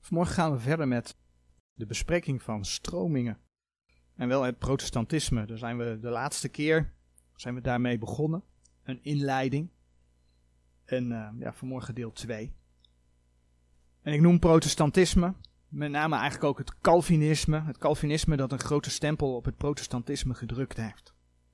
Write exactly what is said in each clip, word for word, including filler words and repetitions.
Vanmorgen gaan we verder met de bespreking van stromingen. En wel het protestantisme. Daar zijn we de laatste keer zijn we daarmee begonnen. Een inleiding. En uh, ja, vanmorgen deel twee. En ik noem protestantisme, met name eigenlijk ook het Calvinisme. Het Calvinisme dat een grote stempel op het protestantisme gedrukt heeft.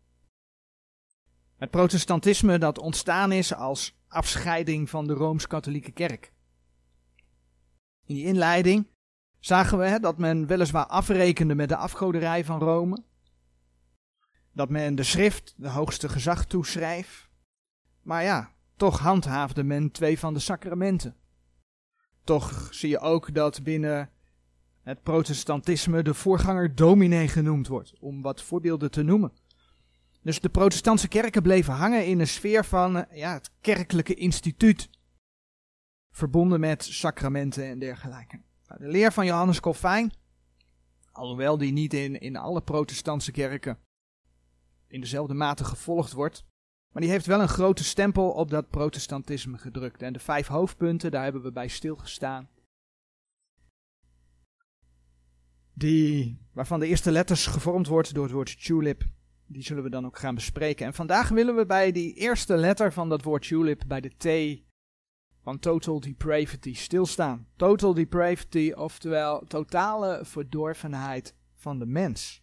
Het protestantisme dat ontstaan is als afscheiding van de Rooms-Katholieke Kerk. In die inleiding zagen we hè, dat men weliswaar afrekende met de afgoderij van Rome. Dat men de schrift de hoogste gezag toeschreef. Maar ja, toch handhaafde men twee van de sacramenten. Toch zie je ook dat binnen het protestantisme de voorganger dominee genoemd wordt, om wat voorbeelden te noemen. Dus de protestantse kerken bleven hangen in een sfeer van ja, het kerkelijke instituut. Verbonden met sacramenten en dergelijke. Nou, de leer van Johannes Calvijn, alhoewel die niet in, in alle protestantse kerken in dezelfde mate gevolgd wordt, maar die heeft wel een grote stempel op dat protestantisme gedrukt. En de vijf hoofdpunten, daar hebben we bij stilgestaan. Die, waarvan de eerste letters gevormd wordt door het woord tulip, die zullen we dan ook gaan bespreken. En vandaag willen we bij die eerste letter van dat woord tulip, bij de T van total depravity, stilstaan. Total depravity, oftewel totale verdorvenheid van de mens.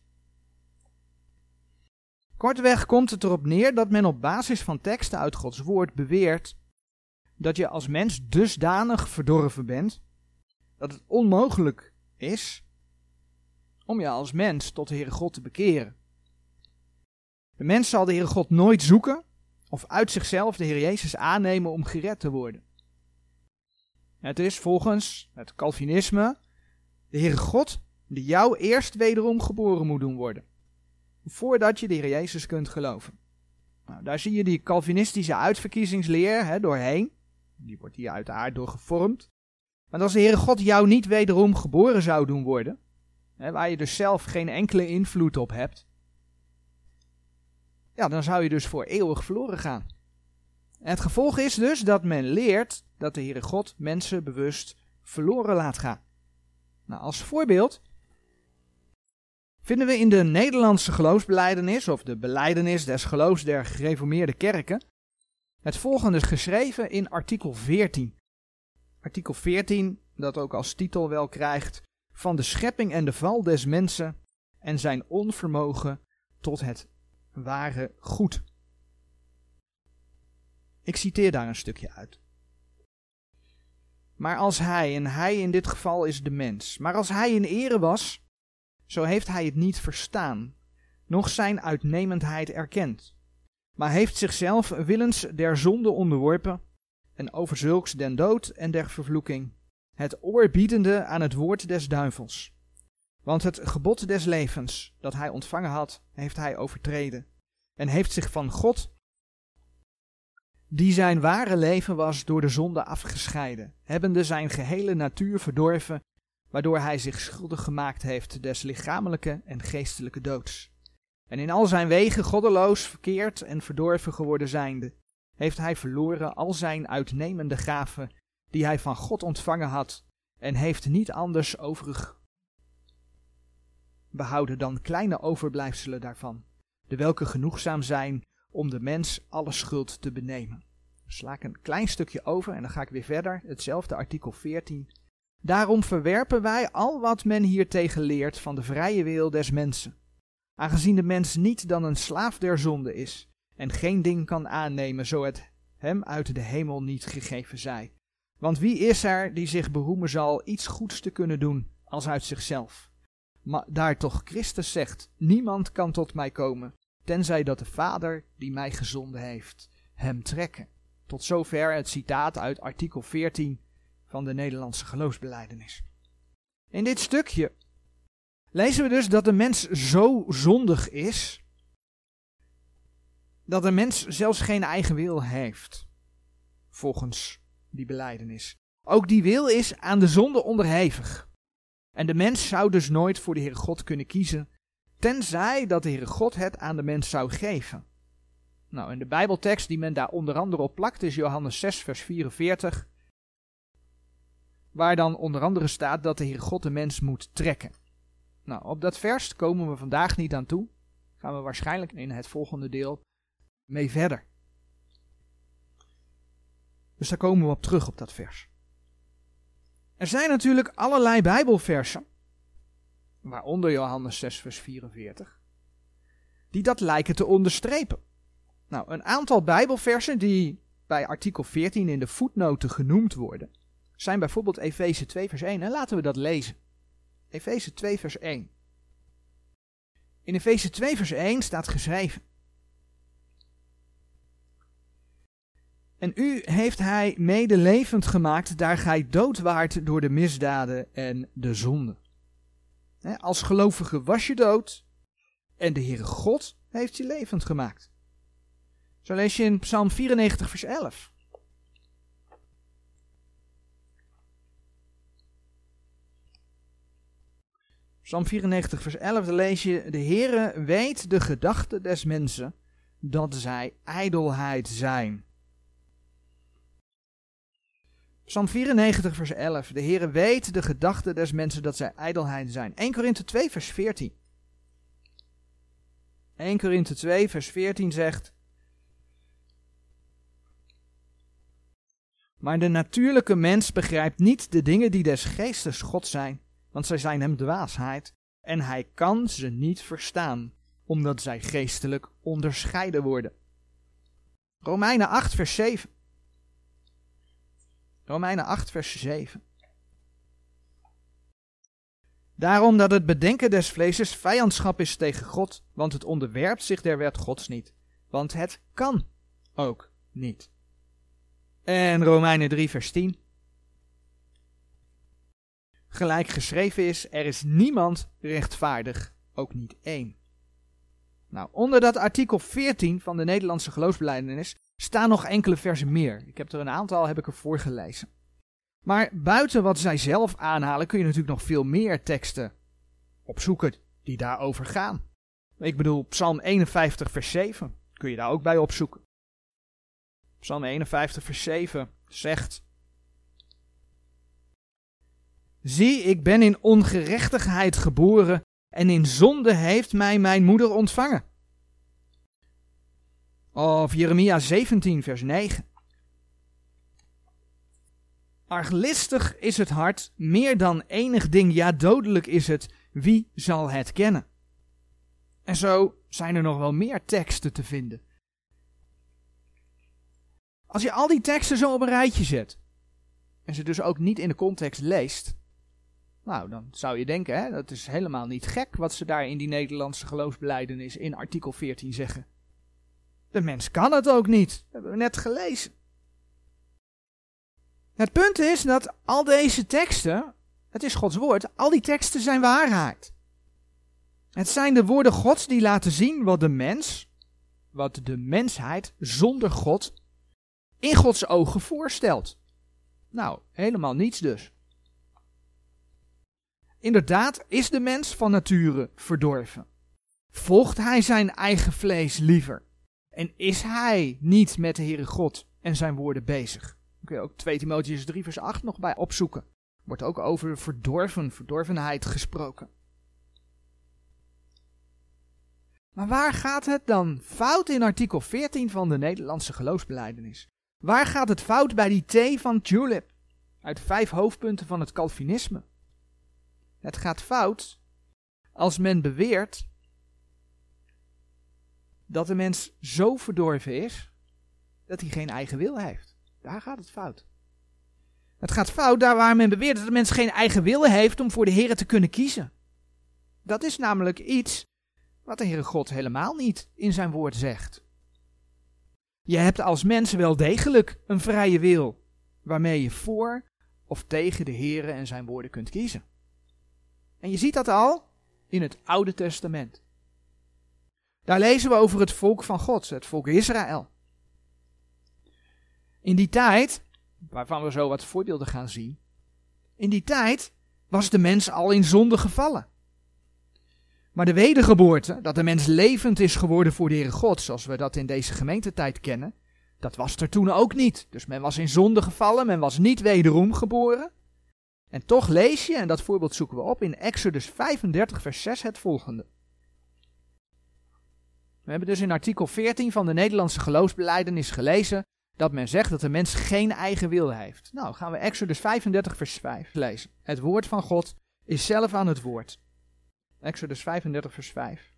Kortweg komt het erop neer dat men op basis van teksten uit Gods woord beweert dat je als mens dusdanig verdorven bent, dat het onmogelijk is om je als mens tot de Heere God te bekeren. De mens zal de Heere God nooit zoeken of uit zichzelf de Heer Jezus aannemen om gered te worden. Het is volgens het Calvinisme de Heere God die jou eerst wederom geboren moet doen worden, voordat je de Heer Jezus kunt geloven. Nou, daar zie je die Calvinistische uitverkiezingsleer hè, doorheen. Die wordt hier uiteraard door gevormd. Maar als de Heere God jou niet wederom geboren zou doen worden, hè, waar je dus zelf geen enkele invloed op hebt, ja, dan zou je dus voor eeuwig verloren gaan. En het gevolg is dus dat men leert dat de Heere God mensen bewust verloren laat gaan. Nou, als voorbeeld vinden we in de Nederlandse geloofsbelijdenis, of de belijdenis des geloofs der gereformeerde kerken, het volgende geschreven in artikel veertien. Artikel veertien, dat ook als titel wel krijgt, van de schepping en de val des mensen en zijn onvermogen tot het ware goed. Ik citeer daar een stukje uit. Maar als hij, en hij in dit geval is de mens, maar als hij in ere was, zo heeft hij het niet verstaan, noch zijn uitnemendheid erkend, maar heeft zichzelf willens der zonde onderworpen, en over zulks den dood en der vervloeking, het oor biedende aan het woord des duivels. Want het gebod des levens, dat hij ontvangen had, heeft hij overtreden, en heeft zich van God, die zijn ware leven was, door de zonde afgescheiden, hebbende zijn gehele natuur verdorven, waardoor hij zich schuldig gemaakt heeft des lichamelijke en geestelijke doods. En in al zijn wegen goddeloos, verkeerd en verdorven geworden zijnde, heeft hij verloren al zijn uitnemende gaven, die hij van God ontvangen had, en heeft niet anders overig behouden dan kleine overblijfselen daarvan, de welke genoegzaam zijn om de mens alle schuld te benemen. Sla ik een klein stukje over en dan ga ik weer verder, hetzelfde artikel veertien. Daarom verwerpen wij al wat men hiertegen leert van de vrije wil des mensen, aangezien de mens niet dan een slaaf der zonde is en geen ding kan aannemen zo het hem uit de hemel niet gegeven zij. Want wie is er die zich beroemen zal iets goeds te kunnen doen als uit zichzelf? Maar daar toch Christus zegt, niemand kan tot mij komen, tenzij dat de Vader die mij gezonden heeft, hem trekken. Tot zover het citaat uit artikel veertien van de Nederlandse geloofsbelijdenis. In dit stukje lezen we dus dat de mens zo zondig is, dat de mens zelfs geen eigen wil heeft, volgens die belijdenis. Ook die wil is aan de zonde onderhevig. En de mens zou dus nooit voor de Heere God kunnen kiezen, tenzij dat de Heere God het aan de mens zou geven. Nou, en de Bijbeltekst die men daar onder andere op plakt is Johannes zes vers vierenveertig. waar dan onder andere staat dat de Heere God de mens moet trekken. Nou, op dat vers komen we vandaag niet aan toe. Gaan we waarschijnlijk in het volgende deel mee verder. Dus daar komen we op terug op dat vers. Er zijn natuurlijk allerlei Bijbelversen, waaronder Johannes zes vers vierenveertig, die dat lijken te onderstrepen. Nou, een aantal Bijbelversen die bij artikel veertien in de voetnoten genoemd worden, zijn bijvoorbeeld Efeze twee vers één. En laten we dat lezen. Efeze twee vers één. In Efeze twee vers één staat geschreven: En u heeft hij mede levend gemaakt, daar gij dood waart door de misdaden en de zonde. He, als gelovige was je dood en de Heere God heeft je levend gemaakt. Zo lees je in Psalm vierennegentig vers elf. Psalm vierennegentig vers elf, daar lees je: De Heere weet de gedachten des mensen, dat zij ijdelheid zijn. Psalm vierennegentig vers elf. De Heere weet de gedachten des mensen, dat zij ijdelheid zijn. Eerste Korinthe twee vers veertien. Eerste Korinthe twee vers veertien zegt: Maar de natuurlijke mens begrijpt niet de dingen die des geestes God zijn, want zij zijn hem dwaasheid, en hij kan ze niet verstaan, omdat zij geestelijk onderscheiden worden. Romeinen acht vers zeven. Romeinen acht vers zeven. Daarom dat het bedenken des vleeses vijandschap is tegen God, want het onderwerpt zich der wet Gods niet, want het kan ook niet. En Romeinen drie vers tien. Gelijk geschreven is, er is niemand rechtvaardig, ook niet één. Nou, onder dat artikel veertien van de Nederlandse geloofsbelijdenis staan nog enkele versen meer. Ik heb er een aantal, heb ik er voorgelezen. Maar buiten wat zij zelf aanhalen kun je natuurlijk nog veel meer teksten opzoeken die daarover gaan. Ik bedoel, Psalm eenenvijftig vers zeven kun je daar ook bij opzoeken. Psalm eenenvijftig vers zeven zegt: Zie, ik ben in ongerechtigheid geboren en in zonde heeft mij mijn moeder ontvangen. Of Jeremia zeventien vers negen. Arglistig is het hart, meer dan enig ding, ja dodelijk is het, wie zal het kennen? En zo zijn er nog wel meer teksten te vinden. Als je al die teksten zo op een rijtje zet, en ze dus ook niet in de context leest, nou, dan zou je denken, hè, dat is helemaal niet gek wat ze daar in die Nederlandse geloofsbelijdenis in artikel veertien zeggen. De mens kan het ook niet, dat hebben we net gelezen. Het punt is dat al deze teksten, het is Gods woord, al die teksten zijn waarheid. Het zijn de woorden Gods die laten zien wat de mens, wat de mensheid zonder God in Gods ogen voorstelt. Nou, helemaal niets dus. Inderdaad is de mens van nature verdorven. Volgt hij zijn eigen vlees liever? En is hij niet met de Heere God en zijn woorden bezig? Dan kun je ook twee Timotheüs drie vers acht nog bij opzoeken. Wordt ook over verdorven, verdorvenheid gesproken. Maar waar gaat het dan fout in artikel veertien van de Nederlandse geloofsbelijdenis? Waar gaat het fout bij die T van Tulip? Uit de vijf hoofdpunten van het Calvinisme. Het gaat fout als men beweert dat de mens zo verdorven is dat hij geen eigen wil heeft. Daar gaat het fout. Het gaat fout daar waar men beweert dat de mens geen eigen wil heeft om voor de Heere te kunnen kiezen. Dat is namelijk iets wat de Heere God helemaal niet in zijn woord zegt. Je hebt als mens wel degelijk een vrije wil, waarmee je voor of tegen de Heere en zijn woorden kunt kiezen. En je ziet dat al in het Oude Testament. Daar lezen we over het volk van God, het volk Israël. In die tijd, waarvan we zo wat voorbeelden gaan zien, in die tijd was de mens al in zonde gevallen. Maar de wedergeboorte, dat de mens levend is geworden voor de Heere God, zoals we dat in deze gemeentetijd kennen, dat was er toen ook niet. Dus men was in zonde gevallen, men was niet wederom geboren. En toch lees je, en dat voorbeeld zoeken we op, in Exodus vijfendertig vers zes het volgende. We hebben dus in artikel veertien van de Nederlandse geloofsbelijdenis gelezen dat men zegt dat de mens geen eigen wil heeft. Nou, gaan we Exodus vijfendertig vers vijf lezen. Het woord van God is zelf aan het woord. Exodus vijfendertig vers vijf.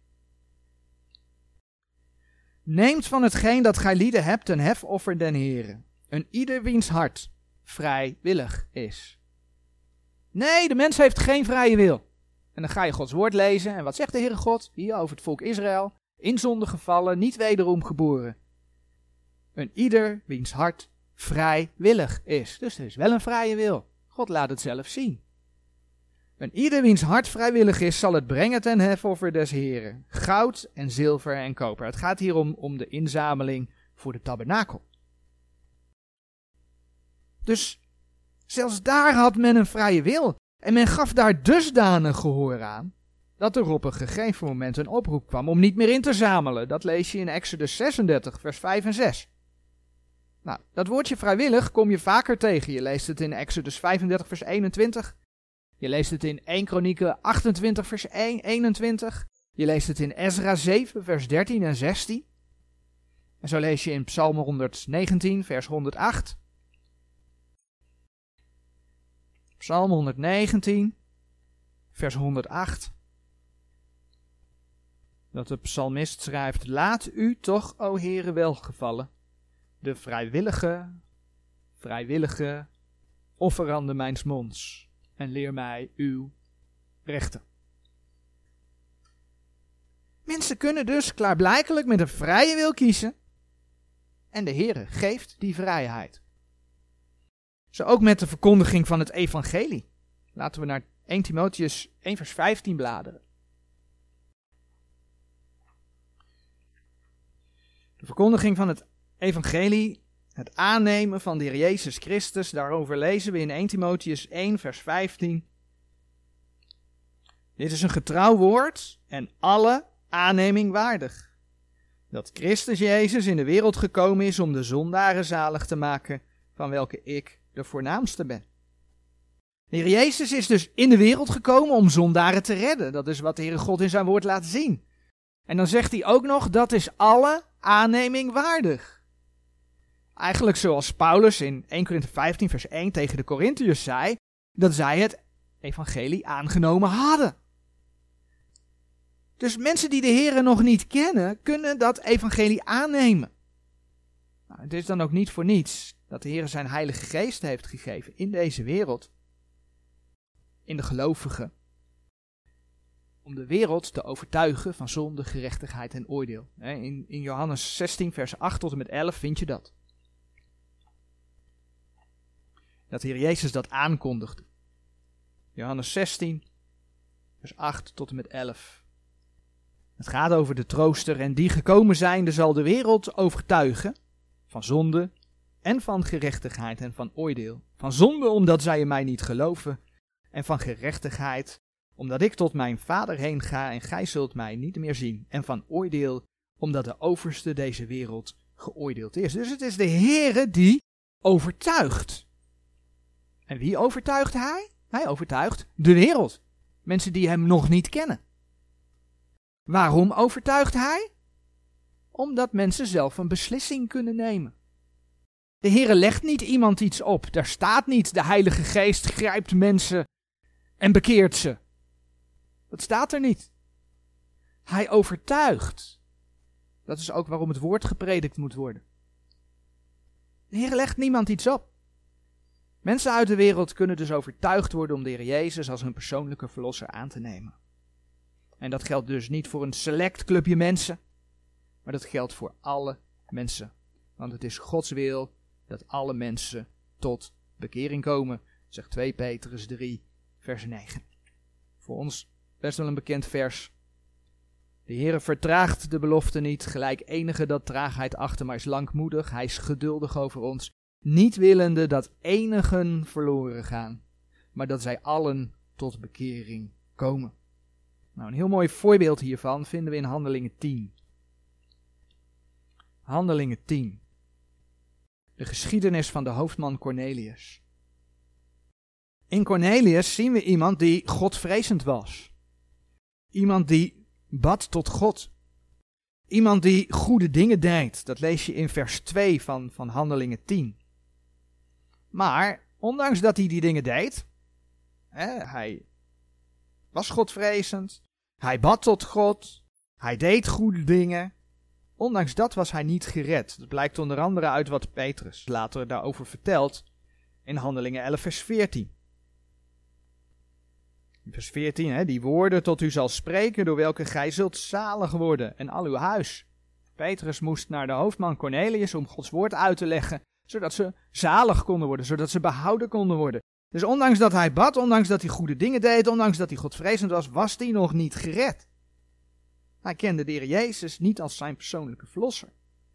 Neemt van hetgeen dat gij lieden hebt een hefoffer den Heere, een ieder wiens hart vrijwillig is. Nee, de mens heeft geen vrije wil. En dan ga je Gods woord lezen en wat zegt de Heere God hier over het volk Israël? In zonde gevallen, niet wederom geboren. Een ieder wiens hart vrijwillig is. Dus er is wel een vrije wil. God laat het zelf zien. Een ieder wiens hart vrijwillig is, zal het brengen ten hefoffer des Heren. Goud en zilver en koper. Het gaat hier om, om de inzameling voor de tabernakel. Dus zelfs daar had men een vrije wil. En men gaf daar dusdanig gehoor aan, dat er op een gegeven moment een oproep kwam om niet meer in te zamelen. Dat lees je in Exodus zesendertig vers vijf en zes. Nou, dat woordje vrijwillig kom je vaker tegen. Je leest het in Exodus vijfendertig vers eenentwintig. Je leest het in eerste Kronieken achtentwintig vers eenentwintig. Je leest het in Ezra zeven vers dertien en zestien. En zo lees je in Psalm honderdnegentien vers honderdacht. Psalm honderdnegentien vers honderdacht. Dat de psalmist schrijft: laat u toch, o Heere, welgevallen, de vrijwillige, vrijwillige offeranden mijns monds, en leer mij uw rechten. Mensen kunnen dus klaarblijkelijk met een vrije wil kiezen, en de Heere geeft die vrijheid. Zo ook met de verkondiging van het evangelie. Laten we naar eerste Timotheüs één vers vijftien bladeren. De verkondiging van het evangelie, het aannemen van de Heer Jezus Christus, daarover lezen we in eerste Timotheüs één vers vijftien. Dit is een getrouw woord en alle aanneming waardig. Dat Christus Jezus in de wereld gekomen is om de zondaren zalig te maken, van welke ik de voornaamste ben. De Heer Jezus is dus in de wereld gekomen om zondaren te redden. Dat is wat de Heere God in zijn woord laat zien. En dan zegt hij ook nog, dat is alle aanneming waardig. Eigenlijk zoals Paulus in eerste Korinthe vijftien vers één tegen de Korintiërs zei, dat zij het evangelie aangenomen hadden. Dus mensen die de Heere nog niet kennen, kunnen dat evangelie aannemen. Nou, het is dan ook niet voor niets dat de Heere zijn Heilige Geest heeft gegeven in deze wereld, in de gelovigen, om de wereld te overtuigen van zonde, gerechtigheid en oordeel. In, in Johannes zestien vers acht tot en met elf vind je dat. Dat de Heer Jezus dat aankondigde. Johannes zestien vers acht tot en met elf. Het gaat over de trooster en die gekomen zijnde zal de wereld overtuigen van zonde en van gerechtigheid en van oordeel. Van zonde omdat zij in mij niet geloven en van gerechtigheid omdat ik tot mijn Vader heen ga en gij zult mij niet meer zien. En van oordeel omdat de overste deze wereld geoordeeld is. Dus het is de Heere die overtuigt. En wie overtuigt hij? Hij overtuigt de wereld. Mensen die hem nog niet kennen. Waarom overtuigt hij? Omdat mensen zelf een beslissing kunnen nemen. De Heere legt niet iemand iets op. Daar staat niet, de Heilige Geest grijpt mensen en bekeert ze. Dat staat er niet. Hij overtuigt. Dat is ook waarom het woord gepredikt moet worden. De Heer legt niemand iets op. Mensen uit de wereld kunnen dus overtuigd worden om de Heer Jezus als hun persoonlijke verlosser aan te nemen. En dat geldt dus niet voor een select clubje mensen, maar dat geldt voor alle mensen. Want het is Gods wil dat alle mensen tot bekering komen, zegt tweede Petrus drie, vers negen. Voor ons best wel een bekend vers. De Heere vertraagt de belofte niet, gelijk enige dat traagheid achter, maar is langmoedig. Hij is geduldig over ons, niet willende dat enigen verloren gaan, maar dat zij allen tot bekering komen. Nou, een heel mooi voorbeeld hiervan vinden we in Handelingen tien. Handelingen tien. De geschiedenis van de hoofdman Cornelius. In Cornelius zien we iemand die godvrezend was. Iemand die bad tot God. Iemand die goede dingen deed. Dat lees je in vers twee van, van Handelingen tien. Maar, ondanks dat hij die dingen deed, hè, hij was godvrezend, hij bad tot God, hij deed goede dingen. Ondanks dat was hij niet gered. Dat blijkt onder andere uit wat Petrus later daarover vertelt in Handelingen elf vers veertien. Vers veertien, hè, die woorden tot u zal spreken, door welke gij zult zalig worden en al uw huis. Petrus moest naar de hoofdman Cornelius om Gods woord uit te leggen, zodat ze zalig konden worden, zodat ze behouden konden worden. Dus ondanks dat hij bad, ondanks dat hij goede dingen deed, ondanks dat hij godvrezend was, was hij nog niet gered. Hij kende de Heer Jezus niet als zijn persoonlijke verlosser.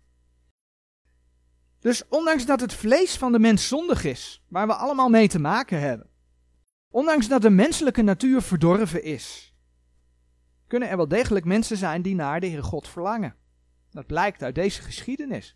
Dus ondanks dat het vlees van de mens zondig is, waar we allemaal mee te maken hebben, ondanks dat de menselijke natuur verdorven is, kunnen er wel degelijk mensen zijn die naar de Heere God verlangen. Dat blijkt uit deze geschiedenis.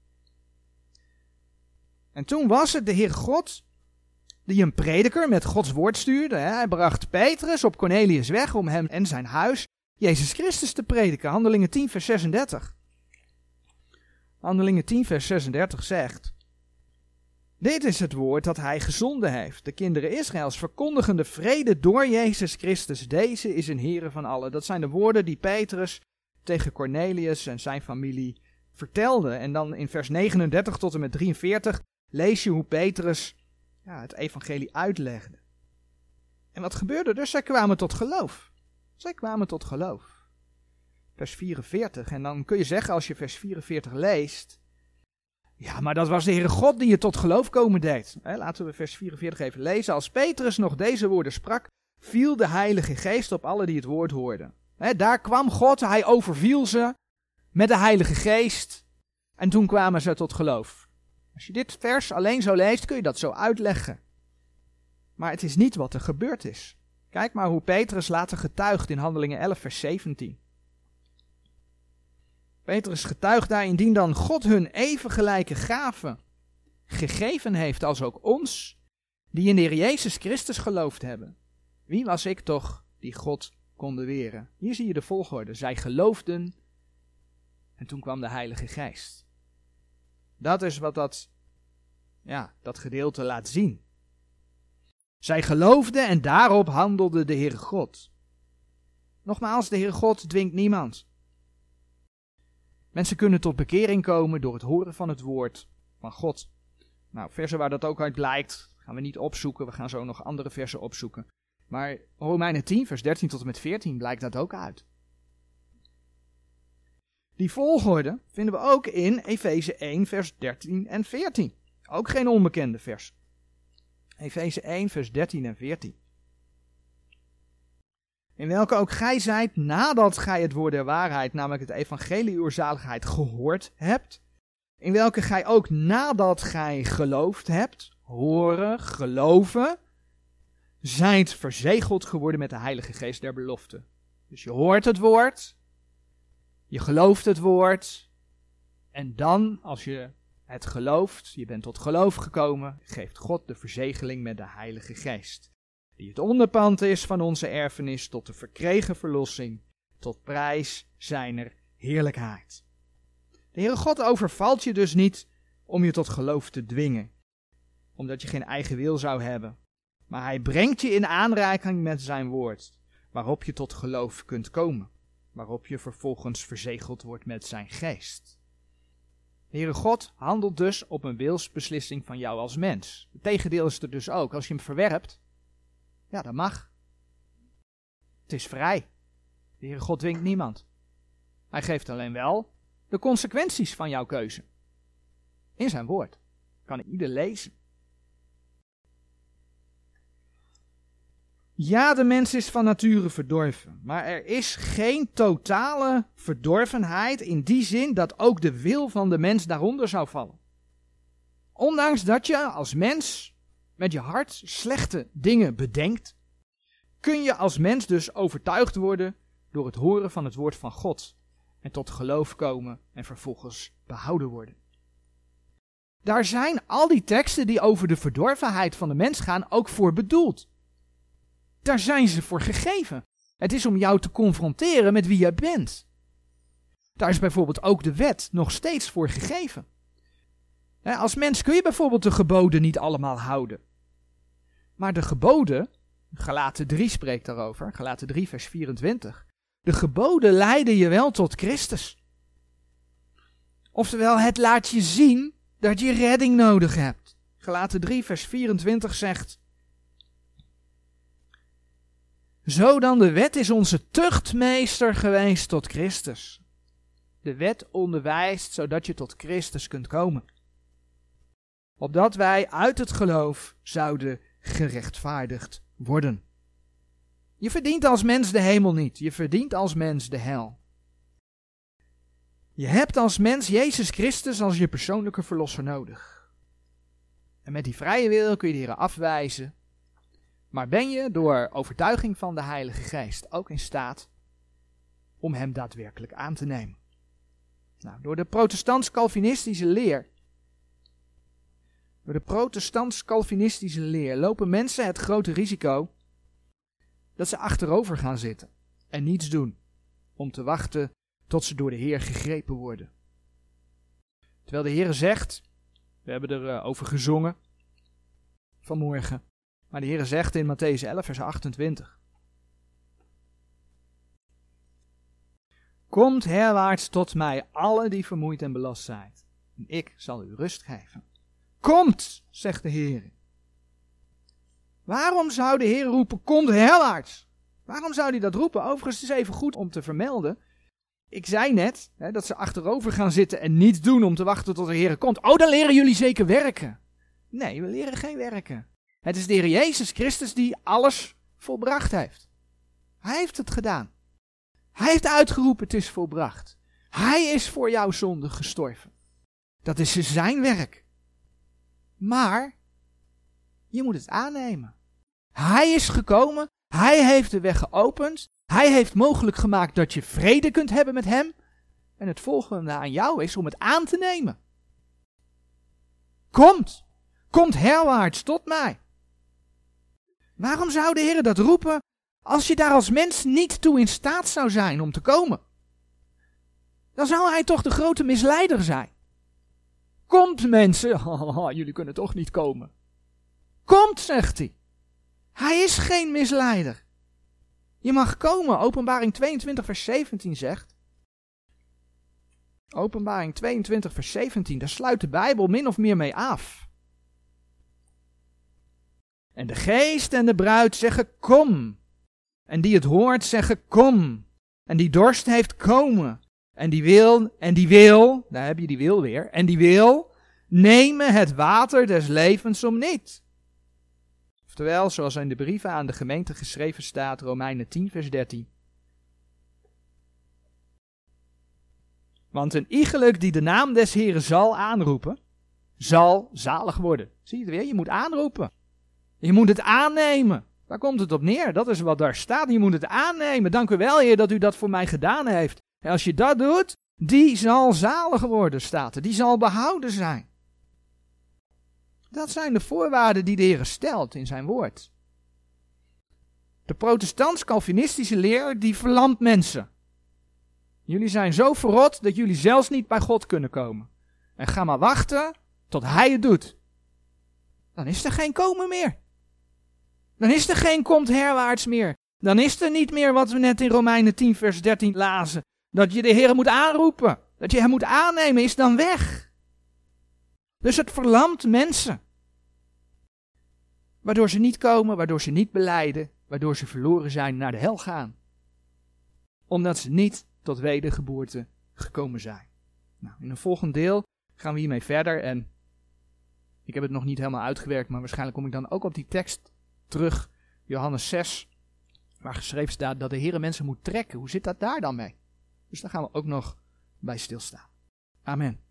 En toen was het de Heere God die een prediker met Gods woord stuurde. Hij bracht Petrus op Cornelius weg om hem en zijn huis Jezus Christus te prediken. Handelingen tien vers zesendertig. Handelingen tien vers zesendertig zegt: dit is het woord dat hij gezonden heeft, de kinderen Israëls, verkondigende vrede door Jezus Christus. Deze is een Heere van allen. Dat zijn de woorden die Petrus tegen Cornelius en zijn familie vertelde. En dan in vers negenendertig tot en met drieënveertig lees je hoe Petrus ja, het evangelie uitlegde. En wat gebeurde er? Zij kwamen tot geloof. Zij kwamen tot geloof. Vers vierenveertig. En dan kun je zeggen, als je vers vierenveertig leest, ja, maar dat was de Heere God die je tot geloof komen deed. He, laten we vers vierenveertig even lezen. Als Petrus nog deze woorden sprak, viel de Heilige Geest op alle die het woord hoorden. He, daar kwam God, hij overviel ze met de Heilige Geest. En toen kwamen ze tot geloof. Als je dit vers alleen zo leest, kun je dat zo uitleggen. Maar het is niet wat er gebeurd is. Kijk maar hoe Petrus later getuigt in Handelingen elf vers zeventien. Petrus getuigt daar, indien dan God hun even gelijke gaven gegeven heeft als ook ons, die in de Heer Jezus Christus geloofd hebben. Wie was ik toch die God kon beweren? Hier zie je de volgorde. Zij geloofden en toen kwam de Heilige Geest. Dat is wat dat, ja, dat gedeelte laat zien. Zij geloofden en daarop handelde de Heere God. Nogmaals, de Heere God dwingt niemand. Mensen kunnen tot bekering komen door het horen van het woord van God. Nou, versen waar dat ook uit blijkt, gaan we niet opzoeken. We gaan zo nog andere versen opzoeken. Maar Romeinen tien, vers dertien tot en met veertien blijkt dat ook uit. Die volgorde vinden we ook in Efeze één, vers dertien en veertien. Ook geen onbekende vers. Efeze één, vers dertien en veertien. In welke ook gij zijt, nadat gij het woord der waarheid, namelijk het evangelie uw zaligheid, gehoord hebt. In welke gij ook nadat gij geloofd hebt, horen, geloven, zijt verzegeld geworden met de Heilige Geest der belofte. Dus je hoort het woord, je gelooft het woord, en dan, als je het gelooft, je bent tot geloof gekomen, geeft God de verzegeling met de Heilige Geest, die het onderpand is van onze erfenis tot de verkregen verlossing, tot prijs zijner heerlijkheid. De Heere God overvalt je dus niet om je tot geloof te dwingen, omdat je geen eigen wil zou hebben, maar hij brengt je in aanraking met zijn woord, waarop je tot geloof kunt komen, waarop je vervolgens verzegeld wordt met zijn geest. De Heere God handelt dus op een wilsbeslissing van jou als mens. Het tegendeel is er dus ook. Als je hem verwerpt, ja, dat mag. Het is vrij. De Heere God dwingt niemand. Hij geeft alleen wel de consequenties van jouw keuze. In zijn woord. Kan ieder lezen. Ja, de mens is van nature verdorven, maar er is geen totale verdorvenheid in die zin dat ook de wil van de mens daaronder zou vallen. Ondanks dat je als mens met je hart slechte dingen bedenkt, kun je als mens dus overtuigd worden door het horen van het woord van God en tot geloof komen en vervolgens behouden worden. Daar zijn al die teksten die over de verdorvenheid van de mens gaan ook voor bedoeld. Daar zijn ze voor gegeven. Het is om jou te confronteren met wie jij bent. Daar is bijvoorbeeld ook de wet nog steeds voor gegeven. Als mens kun je bijvoorbeeld de geboden niet allemaal houden. Maar de geboden, Galaten drie spreekt daarover, Galaten drie vers vierentwintig. De geboden leiden je wel tot Christus. Oftewel, het laat je zien dat je redding nodig hebt. Galaten drie vers vierentwintig zegt: Zo dan, de wet is onze tuchtmeester geweest tot Christus. De wet onderwijst zodat je tot Christus kunt komen. Opdat wij uit het geloof zouden gerechtvaardigd worden. Je verdient als mens de hemel niet. Je verdient als mens de hel. Je hebt als mens Jezus Christus als je persoonlijke verlosser nodig. En met die vrije wil kun je de Heer afwijzen. Maar ben je door overtuiging van de Heilige Geest ook in staat om hem daadwerkelijk aan te nemen? Nou, door de protestants-calvinistische leer, door de protestants-calvinistische leer lopen mensen het grote risico dat ze achterover gaan zitten en niets doen om te wachten tot ze door de Heer gegrepen worden. Terwijl de Heer zegt, we hebben er uh, over gezongen vanmorgen, maar de Heer zegt in Mattheüs elf vers achtentwintig. Komt herwaarts tot mij, alle die vermoeid en belast zijn, en ik zal u rust geven. Komt, zegt de Heer. Waarom zou de Heer roepen, komt herwaarts? Waarom zou hij dat roepen? Overigens is het even goed om te vermelden. Ik zei net hè, dat ze achterover gaan zitten en niets doen om te wachten tot de Heer komt. Oh, dan leren jullie zeker werken. Nee, we leren geen werken. Het is de Heer Jezus Christus die alles volbracht heeft. Hij heeft het gedaan. Hij heeft uitgeroepen, het is volbracht. Hij is voor jouw zonde gestorven. Dat is zijn werk. Maar je moet het aannemen. Hij is gekomen, hij heeft de weg geopend, hij heeft mogelijk gemaakt dat je vrede kunt hebben met hem. En het volgende aan jou is om het aan te nemen. Komt, komt herwaarts tot mij. Waarom zou de Heer dat roepen als je daar als mens niet toe in staat zou zijn om te komen? Dan zou hij toch de grote misleider zijn. Komt mensen, jullie kunnen toch niet komen. Komt, zegt hij. Hij is geen misleider. Je mag komen, Openbaring tweeëntwintig vers zeventien zegt. Openbaring tweeëntwintig vers zeventien, daar sluit de Bijbel min of meer mee af. En de geest en de bruid zeggen kom. En die het hoort zeggen kom. En die dorst heeft komen. En die wil, en die wil, daar heb je die wil weer, en die wil nemen het water des levens om niet. Oftewel, zoals in de brieven aan de gemeente geschreven staat, Romeinen tien vers dertien. Want een iegelijk die de naam des Heren zal aanroepen, zal zalig worden. Zie je het weer? Je moet aanroepen. Je moet het aannemen. Daar komt het op neer. Dat is wat daar staat. Je moet het aannemen. Dank u wel, Heer, dat u dat voor mij gedaan heeft. En als je dat doet, die zal zalig worden, staat er. Die zal behouden zijn. Dat zijn de voorwaarden die de Heer stelt in zijn woord. De protestants-calvinistische leer, die verlamt mensen. Jullie zijn zo verrot dat jullie zelfs niet bij God kunnen komen. En ga maar wachten tot hij het doet. Dan is er geen komen meer. Dan is er geen komt herwaarts meer. Dan is er niet meer wat we net in Romeinen tien vers dertien lazen. Dat je de Heer moet aanroepen. Dat je hem moet aannemen, is dan weg. Dus het verlamt mensen. Waardoor ze niet komen, waardoor ze niet belijden, waardoor ze verloren zijn, naar de hel gaan. Omdat ze niet tot wedergeboorte gekomen zijn. Nou, in een volgend deel gaan we hiermee verder en ik heb het nog niet helemaal uitgewerkt, maar waarschijnlijk kom ik dan ook op die tekst terug. Johannes zes, waar geschreven staat dat de Heer mensen moet trekken. Hoe zit dat daar dan mee? Dus daar gaan we ook nog bij stilstaan. Amen.